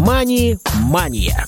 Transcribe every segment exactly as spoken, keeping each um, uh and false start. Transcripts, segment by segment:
Мани-мания.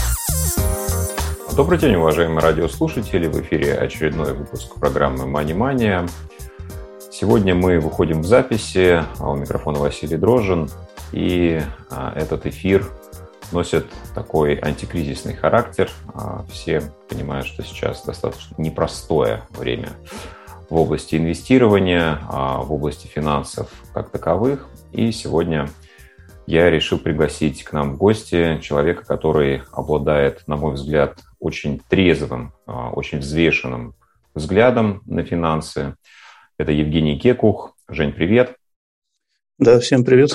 Добрый день, уважаемые радиослушатели. В эфире очередной выпуск программы «Мани-мания». Сегодня мы выходим в записи. У микрофона Василий Дрожжин. И этот эфир носит такой антикризисный характер. Все понимают, что сейчас достаточно непростое время в области инвестирования, в области финансов как таковых. И сегодня я решил пригласить к нам в гости человека, который обладает, на мой взгляд, очень трезвым, очень взвешенным взглядом на финансы. Это Евгений Кекух. Жень, привет. Да, всем привет.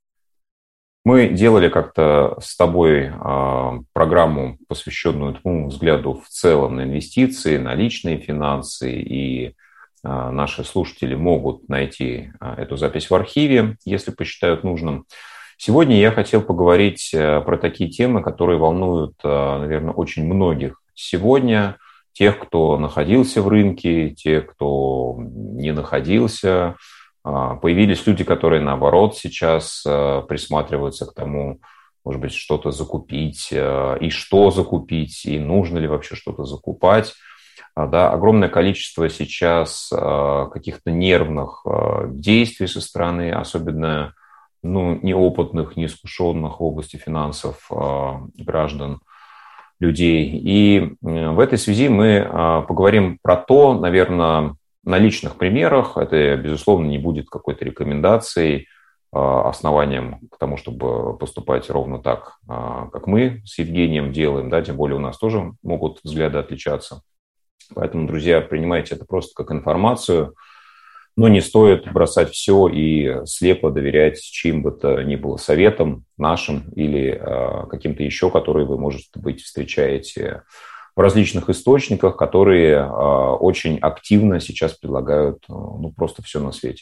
Мы делали как-то с тобой программу, посвященную твоему взгляду в целом на инвестиции, на личные финансы, и наши слушатели могут найти эту запись в архиве, если посчитают нужным. Сегодня я хотел поговорить про такие темы, которые волнуют, наверное, очень многих сегодня. Тех, кто находился в рынке, тех, кто не находился. Появились люди, которые, наоборот, сейчас присматриваются к тому, может быть, что-то закупить, и что закупить, и нужно ли вообще что-то закупать. Да, огромное количество сейчас каких-то нервных действий со стороны, особенно ну, неопытных, неискушенных в области финансов граждан, людей. И в этой связи мы поговорим про то, наверное, на личных примерах. Это, безусловно, не будет какой-то рекомендацией, основанием к тому, чтобы поступать ровно так, как мы с Евгением делаем. Да, тем более у нас тоже могут взгляды отличаться. Поэтому, друзья, принимайте это просто как информацию. Но не стоит бросать все и слепо доверять чьим бы то ни было советам нашим или э, каким-то еще, которые вы, может быть, встречаете в различных источниках, которые э, очень активно сейчас предлагают э, ну, просто все на свете.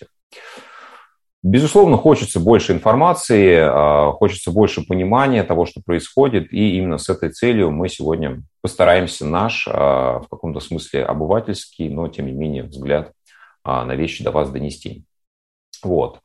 Безусловно, хочется больше информации, э, хочется больше понимания того, что происходит, и именно с этой целью мы сегодня постараемся наш, э, в каком-то смысле обывательский, но тем не менее взгляд на вещи до вас донести. Вот.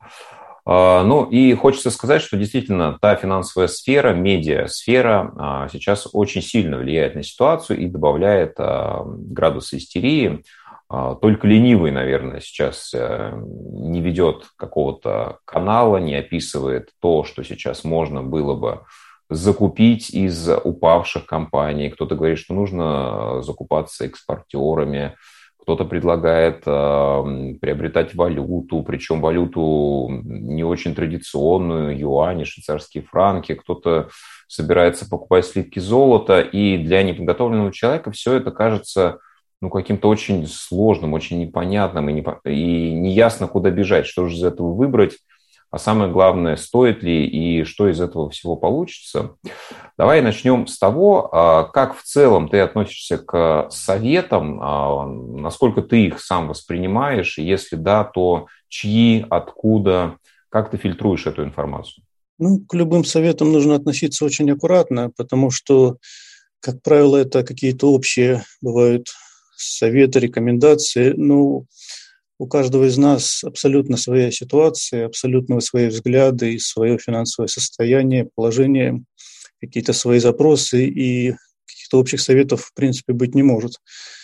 Ну и хочется сказать, что действительно та финансовая сфера, медиасфера сейчас очень сильно влияет на ситуацию и добавляет градус истерии. Только ленивый, наверное, сейчас не ведет какого-то канала, не описывает то, что сейчас можно было бы закупить из упавших компаний. Кто-то говорит, что нужно закупаться экспортерами. Кто-то предлагает э, приобретать валюту, причем валюту не очень традиционную, юани, швейцарские франки. Кто-то собирается покупать слитки золота. И для неподготовленного человека все это кажется ну, каким-то очень сложным, очень непонятным. И, не, и неясно, куда бежать, что же из этого выбрать. А самое главное, стоит ли и что из этого всего получится. Давай начнем с того, как в целом ты относишься к советам, насколько ты их сам воспринимаешь, и если да, то чьи, откуда, как ты фильтруешь эту информацию? Ну, к любым советам нужно относиться очень аккуратно, потому что, как правило, это какие-то общие бывают советы, рекомендации. Ну, у каждого из нас абсолютно своя ситуация, абсолютно свои взгляды и свое финансовое состояние, положение, какие-то свои запросы, и каких-то общих советов, в принципе, быть не может.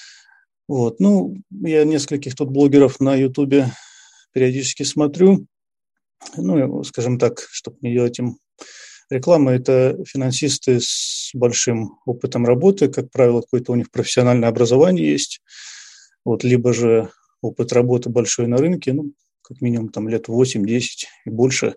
Вот. Ну, я нескольких тут блогеров на Ютубе периодически смотрю. Ну, скажем так, чтобы не делать им рекламы, это финансисты с большим опытом работы, как правило, какое-то у них профессиональное образование есть, вот, либо же опыт работы большой на рынке, ну, как минимум там лет восемь-десять и больше.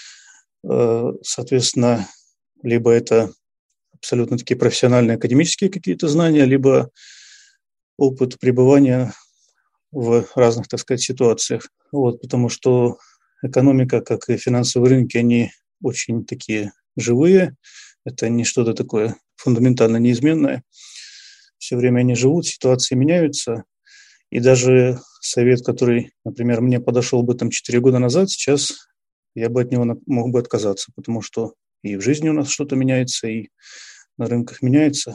Соответственно, либо это абсолютно такие профессиональные академические какие-то знания, либо опыт пребывания в разных, так сказать, ситуациях. Вот, потому что экономика, как и финансовые рынки, они очень такие живые. Это не что-то такое фундаментально неизменное. Все время они живут, ситуации меняются. И даже совет, который, например, мне подошел бы там четыре года назад, сейчас я бы от него мог бы отказаться, потому что и в жизни у нас что-то меняется, и на рынках меняется.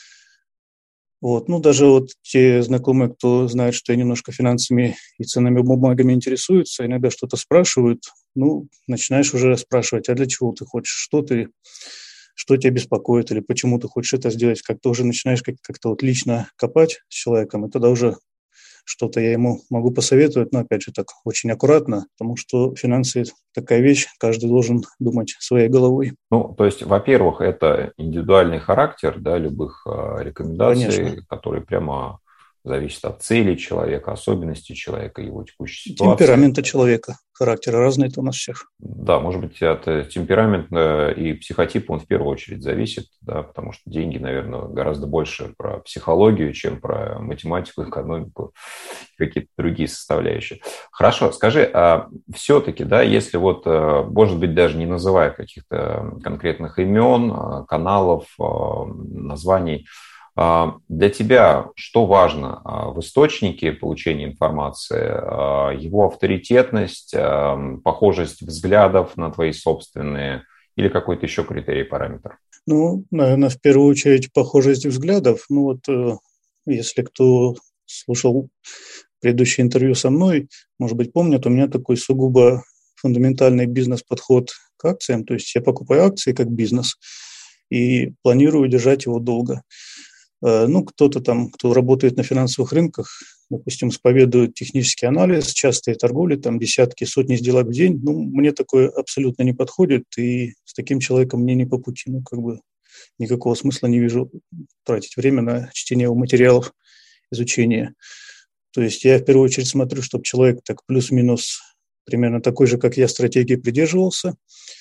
Вот. Ну, даже вот те знакомые, кто знает, что я немножко финансами и ценными бумагами интересуются, иногда что-то спрашивают, ну, начинаешь уже спрашивать, а для чего ты хочешь, что ты что тебя беспокоит или почему ты хочешь это сделать, как ты уже начинаешь как- как-то вот лично копать с человеком, и тогда уже что-то я ему могу посоветовать, но, опять же, так очень аккуратно, потому что финансы – такая вещь, каждый должен думать своей головой. Ну, то есть, во-первых, это индивидуальный характер, да, любых э, Конечно. рекомендаций, которые прямо зависят от цели человека, особенностей человека, его текущей ситуации. Темперамента человека, характера разный это у нас всех. Да, может быть, от э, темперамента и психотипа он в первую очередь зависит, да, потому что деньги, наверное, гораздо больше про психологию, чем про математику, экономику, какие-то другие составляющие. Хорошо, скажи, а все-таки, да, если вот, э, может быть, даже не называя каких-то конкретных имен, э, каналов, э, названий, а для тебя что важно а, в источнике получения информации? А, его авторитетность, а, похожесть взглядов на твои собственные или какой-то еще критерий, параметр? Ну, наверное, в первую очередь похожесть взглядов. Ну вот, э, если кто слушал предыдущее интервью со мной, может быть, помнят, у меня такой сугубо фундаментальный бизнес-подход к акциям. То есть я покупаю акции как бизнес и планирую держать его долго. Ну, кто-то там, кто работает на финансовых рынках, допустим, исповедует технический анализ, частые торговли, там десятки, сотни сделок в день. Ну, мне такое абсолютно не подходит, и с таким человеком мне не по пути. Ну, как бы никакого смысла не вижу тратить время на чтение его материалов, изучение. То есть я в первую очередь смотрю, чтобы человек так плюс-минус примерно такой же, как я, стратегии придерживался.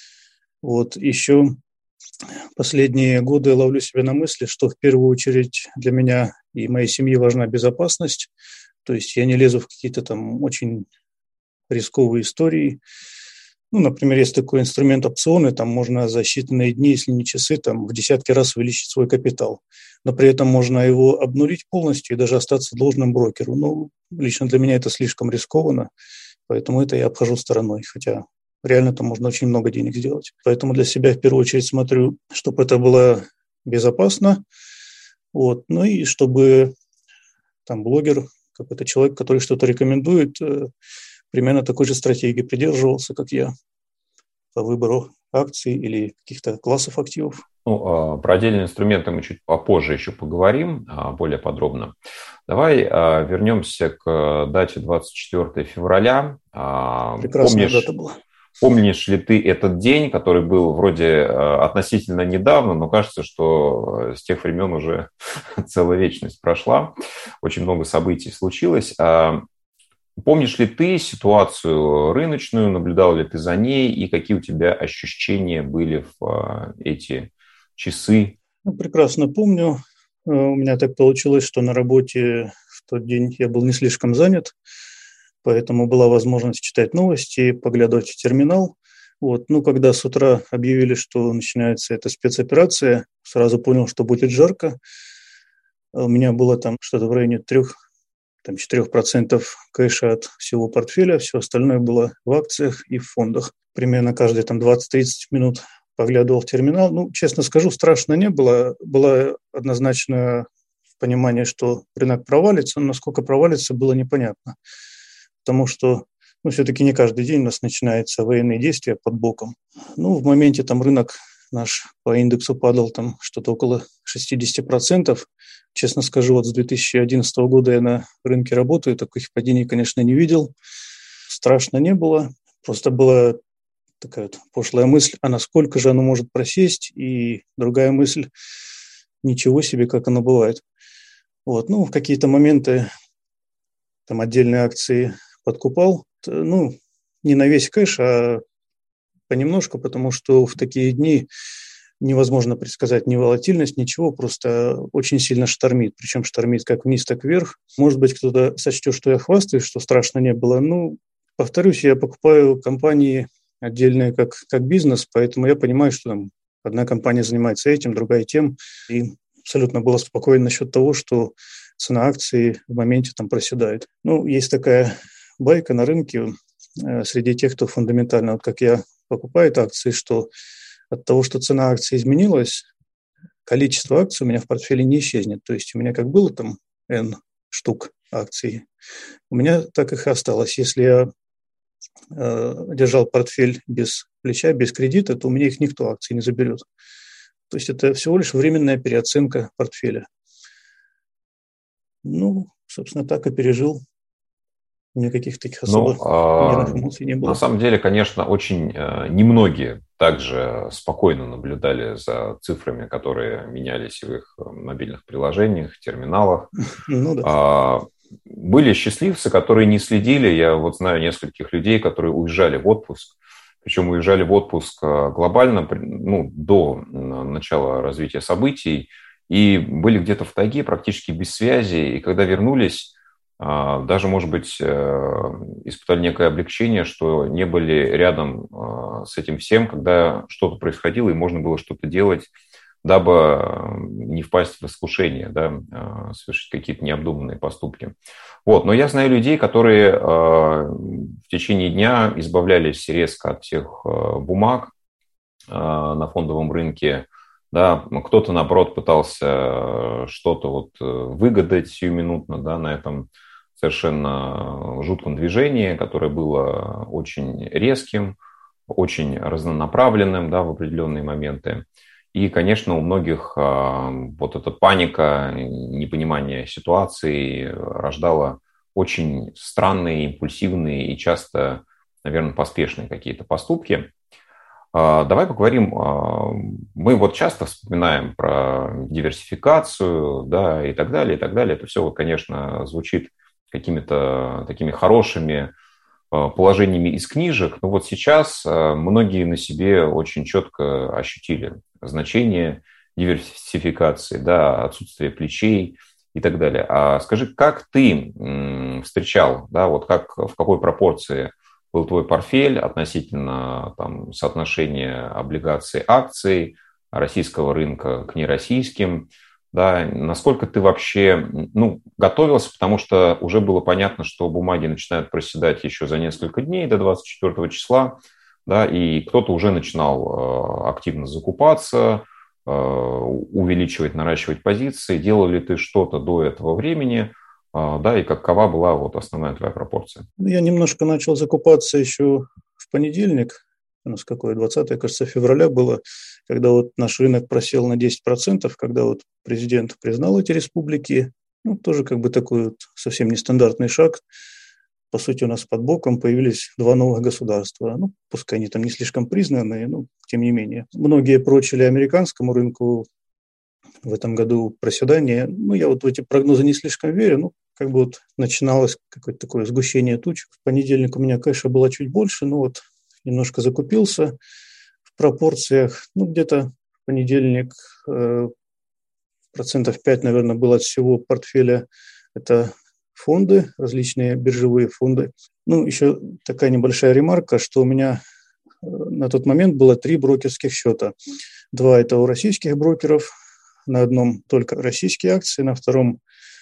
Вот еще последние годы я ловлю себя на мысли, что в первую очередь для меня и моей семьи важна безопасность. То есть я не лезу в какие-то там очень рисковые истории. Ну, например, есть такой инструмент опционы, там можно за считанные дни, если не часы, там в десятки раз увеличить свой капитал. Но при этом можно его обнулить полностью и даже остаться должным брокеру. Ну, лично для меня это слишком рискованно, поэтому это я обхожу стороной, хотя реально там можно очень много денег сделать. Поэтому для себя в первую очередь смотрю, чтобы это было безопасно, вот, ну и чтобы там блогер, какой-то человек, который что-то рекомендует, примерно такой же стратегии придерживался, как я, по выбору акций или каких-то классов активов. Ну, про отдельные инструменты мы чуть попозже еще поговорим более подробно. Давай вернемся к дате двадцать четвёртого февраля. Прекрасная Помнишь, дата была. Помнишь ли ты этот день, который был вроде относительно недавно, но кажется, что с тех времен уже целая вечность прошла, очень много событий случилось. Помнишь ли ты ситуацию рыночную, наблюдал ли ты за ней, и какие у тебя ощущения были в эти часы? Ну, прекрасно помню. У меня так получилось, что на работе в тот день я был не слишком занят, поэтому была возможность читать новости, поглядывать в терминал. Вот. Ну, когда с утра объявили, что начинается эта спецоперация, сразу понял, что будет жарко. У меня было там что-то в районе трех, там, четырех процентов кэша от всего портфеля, все остальное было в акциях и в фондах. Примерно каждые там двадцать-тридцать минут поглядывал в терминал. Ну, честно скажу, страшно не было. Было однозначно понимание, что рынок провалится, но насколько провалится, было непонятно. Потому что, ну, все-таки не каждый день у нас начинаются военные действия под боком. Ну, в моменте там рынок наш по индексу падал там что-то около шестьдесят процентов. Честно скажу, вот с две тысячи одиннадцатого года я на рынке работаю, таких падений, конечно, не видел. Страшно не было. Просто была такая вот пошлая мысль, а насколько же оно может просесть, и другая мысль, ничего себе, как оно бывает. Вот, ну, в какие-то моменты там отдельные акции подкупал, ну, не на весь кэш, а понемножку, потому что в такие дни невозможно предсказать ни волатильность, ничего, просто очень сильно штормит, причем штормит как вниз, так вверх. Может быть, кто-то сочтет, что я хвастаюсь, что страшно не было. Ну, повторюсь, я покупаю компании отдельные как, как бизнес, поэтому я понимаю, что там одна компания занимается этим, другая тем, и абсолютно было спокойно насчет того, что цена акции в моменте там проседает. Ну, есть такая байка на рынке э, среди тех, кто фундаментально, вот как я, покупает акции, что от того, что цена акции изменилась, количество акций у меня в портфеле не исчезнет. То есть у меня как было там N штук акций, у меня так их и осталось. Если я э, держал портфель без плеча, без кредита, то у меня их никто акций не заберет. То есть это всего лишь временная переоценка портфеля. Ну, собственно, так и пережил. Никаких таких особо Ну, нервных эмоций не на было. самом деле, конечно, очень немногие также спокойно наблюдали за цифрами, которые менялись в их мобильных приложениях, терминалах. Ну да. Были счастливцы, которые не следили. Я вот знаю нескольких людей, которые уезжали в отпуск. Причем уезжали в отпуск глобально, ну, до начала развития событий. И были где-то в тайге, практически без связи. И когда вернулись, даже, может быть, испытали некое облегчение, что не были рядом с этим всем, когда что-то происходило, и можно было что-то делать, дабы не впасть в искушение, да, совершить какие-то необдуманные поступки. Вот. Но я знаю людей, которые в течение дня избавлялись резко от всех бумаг на фондовом рынке. Да, кто-то, наоборот, пытался что-то вот выгадать сиюминутно, да, на этом совершенно жутком движении, которое было очень резким, очень разнонаправленным, да, в определенные моменты. И, конечно, у многих вот эта паника, непонимание ситуации рождала очень странные, импульсивные и часто, наверное, поспешные какие-то поступки. Давай поговорим. Мы вот часто вспоминаем про диверсификацию, да, и так далее, и так далее. Это все, конечно, звучит какими-то такими хорошими положениями из книжек, но вот сейчас многие на себе очень четко ощутили значение диверсификации, да, отсутствие плечей и так далее. А скажи, как ты встречал, да, вот как, в какой пропорции был твой портфель относительно там, соотношения облигаций, акций, российского рынка к нероссийским? Да, насколько ты вообще ну, готовился, потому что уже было понятно, что бумаги начинают проседать еще за несколько дней до двадцать четвёртого числа, да, и кто-то уже начинал активно закупаться, увеличивать, наращивать позиции. Делал ли ты что-то до этого времени, да, и какова была вот основная твоя пропорция? Я немножко начал закупаться еще в понедельник, у нас какое, двадцатое, кажется, февраля было, когда вот наш рынок просел на десять процентов, когда вот президент признал эти республики, ну, тоже как бы такой вот совсем нестандартный шаг. По сути, у нас под боком появились два новых государства. Ну, пускай они там не слишком признанные, но тем не менее. Многие прочили американскому рынку в этом году проседание. Ну, я вот в эти прогнозы не слишком верю, ну, как бы вот начиналось какое-то такое сгущение туч. В понедельник у меня кэша было чуть больше, но вот немножко закупился в пропорциях, ну, где-то в понедельник э, процентов пять, наверное, было от всего портфеля. Это фонды, различные биржевые фонды. Ну, еще такая небольшая ремарка, что у меня на тот момент было три брокерских счета. Два – это у российских брокеров, на одном только российские акции, на втором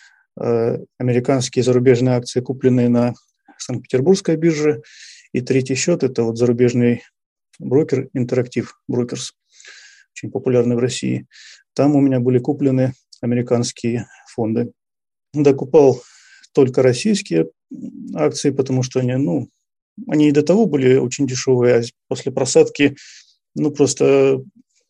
э, американские зарубежные акции, купленные на Санкт-Петербургской бирже. И третий счет – это вот зарубежный брокер Interactive Brokers, очень популярный в России. Там у меня были куплены американские фонды. Докупал только российские акции, потому что они, ну, они и до того были очень дешевые, а после просадки, ну, просто,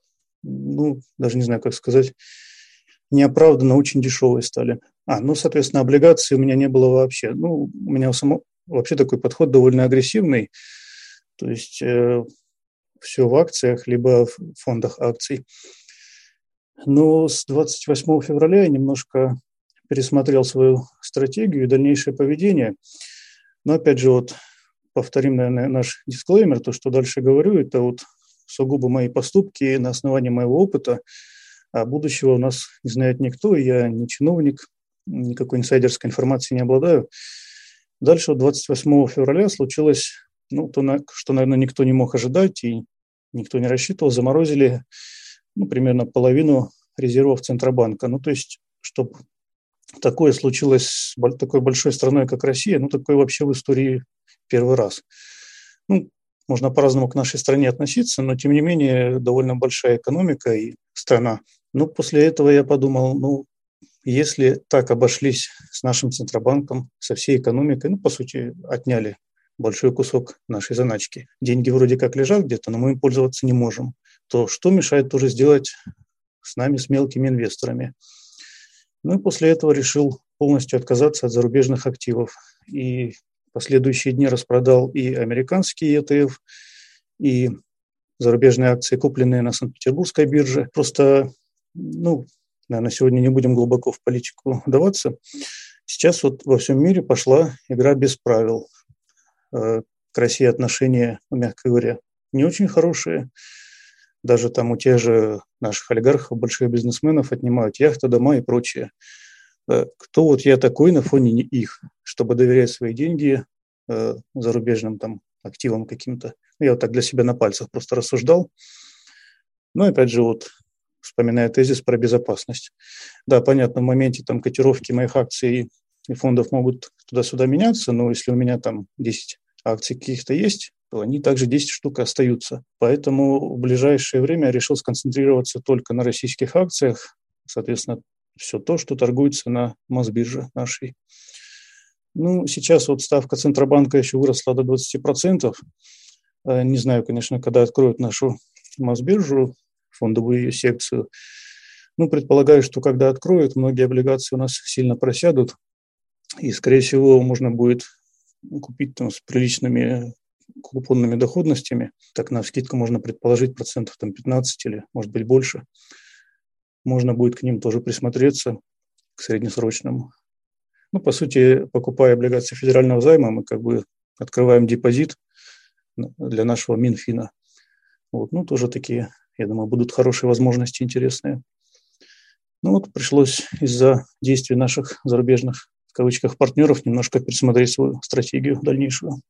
ну, даже не знаю, как сказать, неоправданно очень дешевые стали. А, ну, соответственно, облигаций у меня не было вообще. Ну, у меня само, вообще такой подход довольно агрессивный, то есть э, все в акциях, либо в фондах акций. Но с двадцать восьмого февраля я немножко пересмотрел свою стратегию и дальнейшее поведение. Но опять же, вот повторим, наверное, наш дисклеймер, то, что дальше говорю, это вот сугубо мои поступки на основании моего опыта, а будущего у нас не знает никто, я не чиновник, никакой инсайдерской информации не обладаю. Дальше вот двадцать восьмого февраля случилось, ну, то, что, наверное, никто не мог ожидать и никто не рассчитывал, заморозили, ну, примерно половину резервов Центробанка. Ну, то есть, чтобы такое случилось с такой большой страной, как Россия, ну, такое вообще в истории первый раз. Ну, можно по-разному к нашей стране относиться, но, тем не менее, довольно большая экономика и страна. Ну, после этого я подумал, ну, если так обошлись с нашим Центробанком, со всей экономикой, ну, по сути, отняли большой кусок нашей заначки. Деньги вроде как лежат где-то, но мы им пользоваться не можем. То что мешает тоже сделать с нами, с мелкими инвесторами. Ну и после этого решил полностью отказаться от зарубежных активов. И в последующие дни распродал и американские и ти эф, и зарубежные акции, купленные на Санкт-Петербургской бирже. Просто, ну, наверное, сегодня не будем глубоко в политику вдаваться. Сейчас вот во всем мире пошла игра без правил. К России отношения, мягко говоря, не очень хорошие. Даже там у тех же наших олигархов, больших бизнесменов отнимают яхты, дома и прочее. Кто вот я такой на фоне их, чтобы доверять свои деньги э, зарубежным там активам каким-то. Я вот так для себя на пальцах просто рассуждал. Ну, опять же, вот вспоминая тезис про безопасность. Да, понятно, в моменте там котировки моих акций и фондов могут туда-сюда меняться, но если у меня там десять акций каких-то есть, то они также десять штук остаются. Поэтому в ближайшее время я решил сконцентрироваться только на российских акциях, соответственно, все то, что торгуется на Мосбирже нашей. Ну, сейчас вот ставка Центробанка еще выросла до двадцать процентов. Не знаю, конечно, когда откроют нашу Мосбиржу, фондовую ее секцию. Ну, предполагаю, что когда откроют, многие облигации у нас сильно просядут. И, скорее всего, можно будет купить там с приличными купонными доходностями. Так, навскидку можно предположить процентов там пятнадцать или, может быть, больше. Можно будет к ним тоже присмотреться, к среднесрочному. Ну, по сути, покупая облигации федерального займа, мы как бы открываем депозит для нашего Минфина. Вот, ну, тоже такие, я думаю, будут хорошие возможности, интересные. Ну, вот пришлось из-за действий наших зарубежных, в кавычках, партнеров немножко пересмотреть свою стратегию дальнейшую.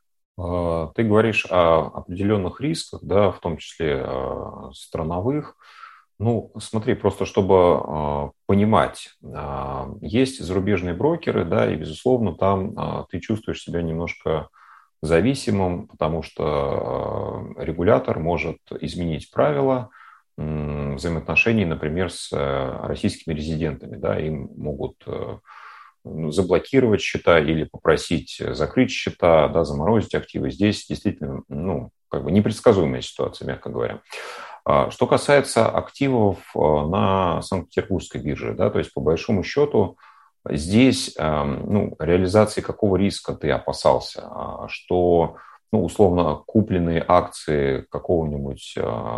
Ты говоришь о определенных рисках, да, в том числе страновых. Ну, смотри, просто чтобы э, понимать, э, есть зарубежные брокеры, да, и, безусловно, там э, ты чувствуешь себя немножко зависимым, потому что э, регулятор может изменить правила э, взаимоотношений, например, с э, российскими резидентами, да, им могут э, заблокировать счета или попросить закрыть счета, да, заморозить активы. Здесь действительно, ну, как бы непредсказуемая ситуация, мягко говоря. Что касается активов на Санкт-Петербургской бирже, да, то есть по большому счету здесь, ну, реализации какого риска ты опасался, что, ну, условно, купленные акции какого-нибудь,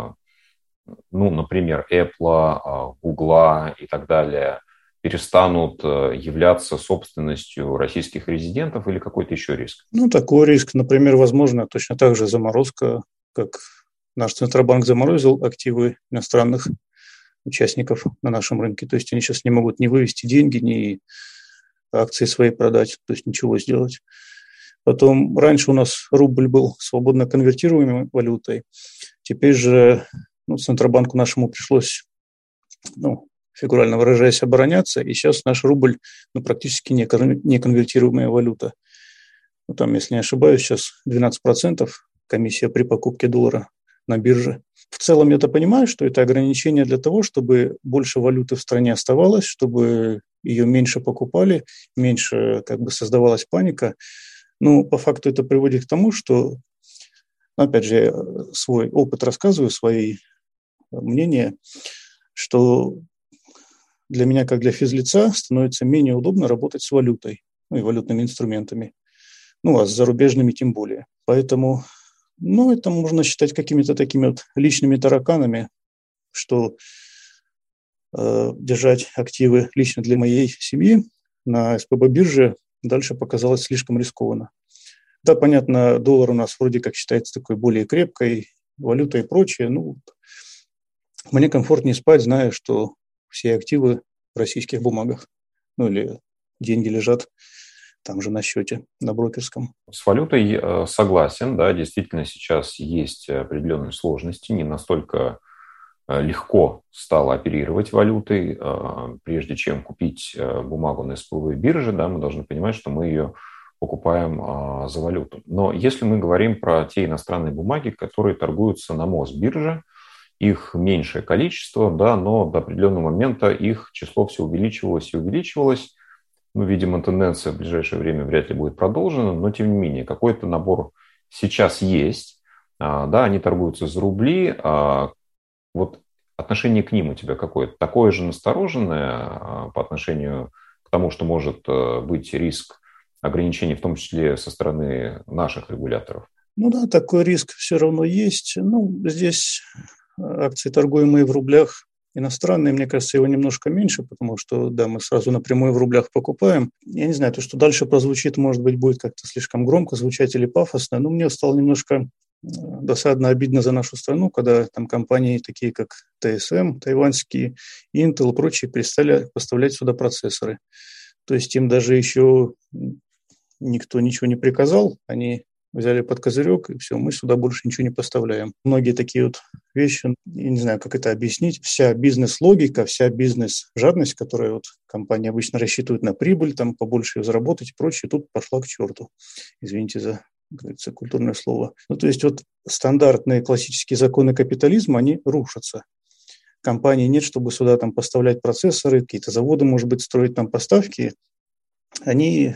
ну, например, Apple, Google и так далее перестанут являться собственностью российских резидентов или какой-то еще риск? Ну, такой риск, например, возможно, точно так же заморозка, как наш Центробанк заморозил активы иностранных участников на нашем рынке. То есть они сейчас не могут ни вывести деньги, ни акции свои продать, то есть ничего сделать. Потом раньше у нас рубль был свободно конвертируемой валютой. Теперь же, ну, Центробанку нашему пришлось, ну, фигурально выражаясь, обороняться. И сейчас наш рубль, ну, практически не конвертируемая валюта. Ну, там, если не ошибаюсь, сейчас двенадцать процентов комиссия при покупке доллара на бирже. В целом я-то понимаю, что это ограничение для того, чтобы больше валюты в стране оставалось, чтобы ее меньше покупали, меньше как бы создавалась паника. Но по факту это приводит к тому, что, опять же, я свой опыт рассказываю, свои мнения, что для меня, как для физлица, становится менее удобно работать с валютой, ну и валютными инструментами, ну а с зарубежными тем более. Поэтому, ну, это можно считать какими-то такими вот личными тараканами, что э, держать активы лично для моей семьи на эс пэ бэ-бирже дальше показалось слишком рискованно. Да, понятно, доллар у нас вроде как считается такой более крепкой валютой и прочее. Ну, мне комфортнее спать, зная, что все активы в российских бумагах, ну или деньги лежат там же на счете, на брокерском. С валютой согласен, да, действительно сейчас есть определенные сложности, не настолько легко стало оперировать валютой. Прежде чем купить бумагу на эс пэ бэ-бирже, да, мы должны понимать, что мы ее покупаем за валюту. Но если мы говорим про те иностранные бумаги, которые торгуются на Мосбирже, их меньшее количество, да, но до определенного момента их число все увеличивалось и увеличивалось. Ну, видимо, тенденция в ближайшее время вряд ли будет продолжена, но тем не менее, какой-то набор сейчас есть. Да, они торгуются за рубли. Вот отношение к ним у тебя какое-то? Такое же настороженное по отношению к тому, что может быть риск ограничений, в том числе со стороны наших регуляторов? Ну да, такой риск все равно есть. Ну, здесь акции, торгуемые в рублях, иностранные, мне кажется, его немножко меньше, потому что, да, мы сразу напрямую в рублях покупаем. Я не знаю, то, что дальше прозвучит, может быть, будет как-то слишком громко звучать или пафосно, но мне стало немножко досадно, обидно за нашу страну, когда там компании такие, как тэ эс эм, тайваньские, Intel и прочие, перестали поставлять сюда процессоры. То есть им даже еще никто ничего не приказал, они взяли под козырек, и все, мы сюда больше ничего не поставляем. Многие такие вот вещи, я не знаю, как это объяснить. Вся бизнес-логика, вся бизнес-жадность, которую вот компания обычно рассчитывает на прибыль, там побольше ее заработать и прочее, тут пошла к черту. Извините за, как говорится, культурное слово. Ну, то есть вот стандартные классические законы капитализма, они рушатся. Компаний нет, чтобы сюда там поставлять процессоры, какие-то заводы, может быть, строить там поставки. Они...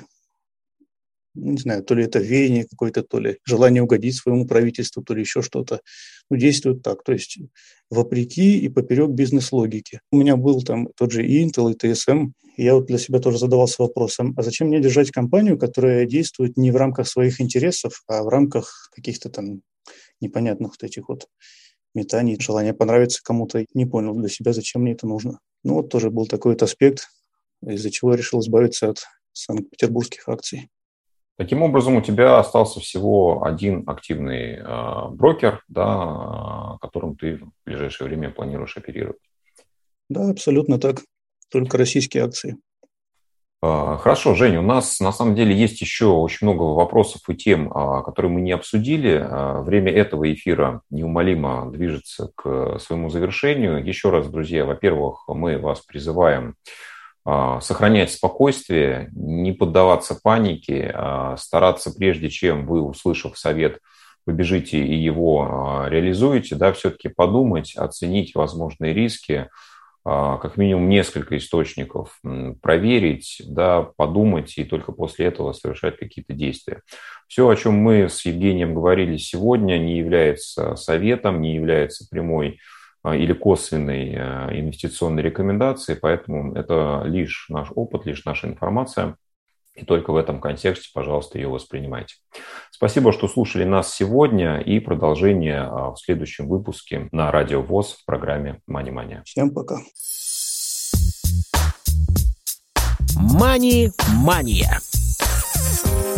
не знаю, то ли это веяние какое-то, то ли желание угодить своему правительству, то ли еще что-то, ну, действуют так, то есть вопреки и поперек бизнес-логики. У меня был там тот же и Intel, и тэ эс эм, и я вот для себя тоже задавался вопросом, а зачем мне держать компанию, которая действует не в рамках своих интересов, а в рамках каких-то там непонятных вот этих вот метаний, желания понравиться кому-то. Не понял для себя, зачем мне это нужно. Ну, вот тоже был такой вот аспект, из-за чего я решил избавиться от санкт-петербургских акций. Таким образом, у тебя остался всего один активный э, брокер, да, которым ты в ближайшее время планируешь оперировать. Да, абсолютно так. Только российские акции. Э, хорошо, Женя, у нас на самом деле есть еще очень много вопросов и тем, э, которые мы не обсудили. Э, время этого эфира неумолимо движется к своему завершению. Еще раз, друзья, во-первых, мы вас призываем сохранять спокойствие, не поддаваться панике, стараться, прежде чем вы, услышав совет, побежите и его реализуете, да, все-таки подумать, оценить возможные риски, как минимум несколько источников проверить, да, подумать и только после этого совершать какие-то действия. Все, о чем мы с Евгением говорили сегодня, не является советом, не является прямой или косвенной инвестиционной рекомендации, поэтому это лишь наш опыт, лишь наша информация, и только в этом контексте, пожалуйста, ее воспринимайте. Спасибо, что слушали нас сегодня, и продолжение в следующем выпуске на Радио ВОС в программе «Мани-мания». Всем пока. Мани-мания.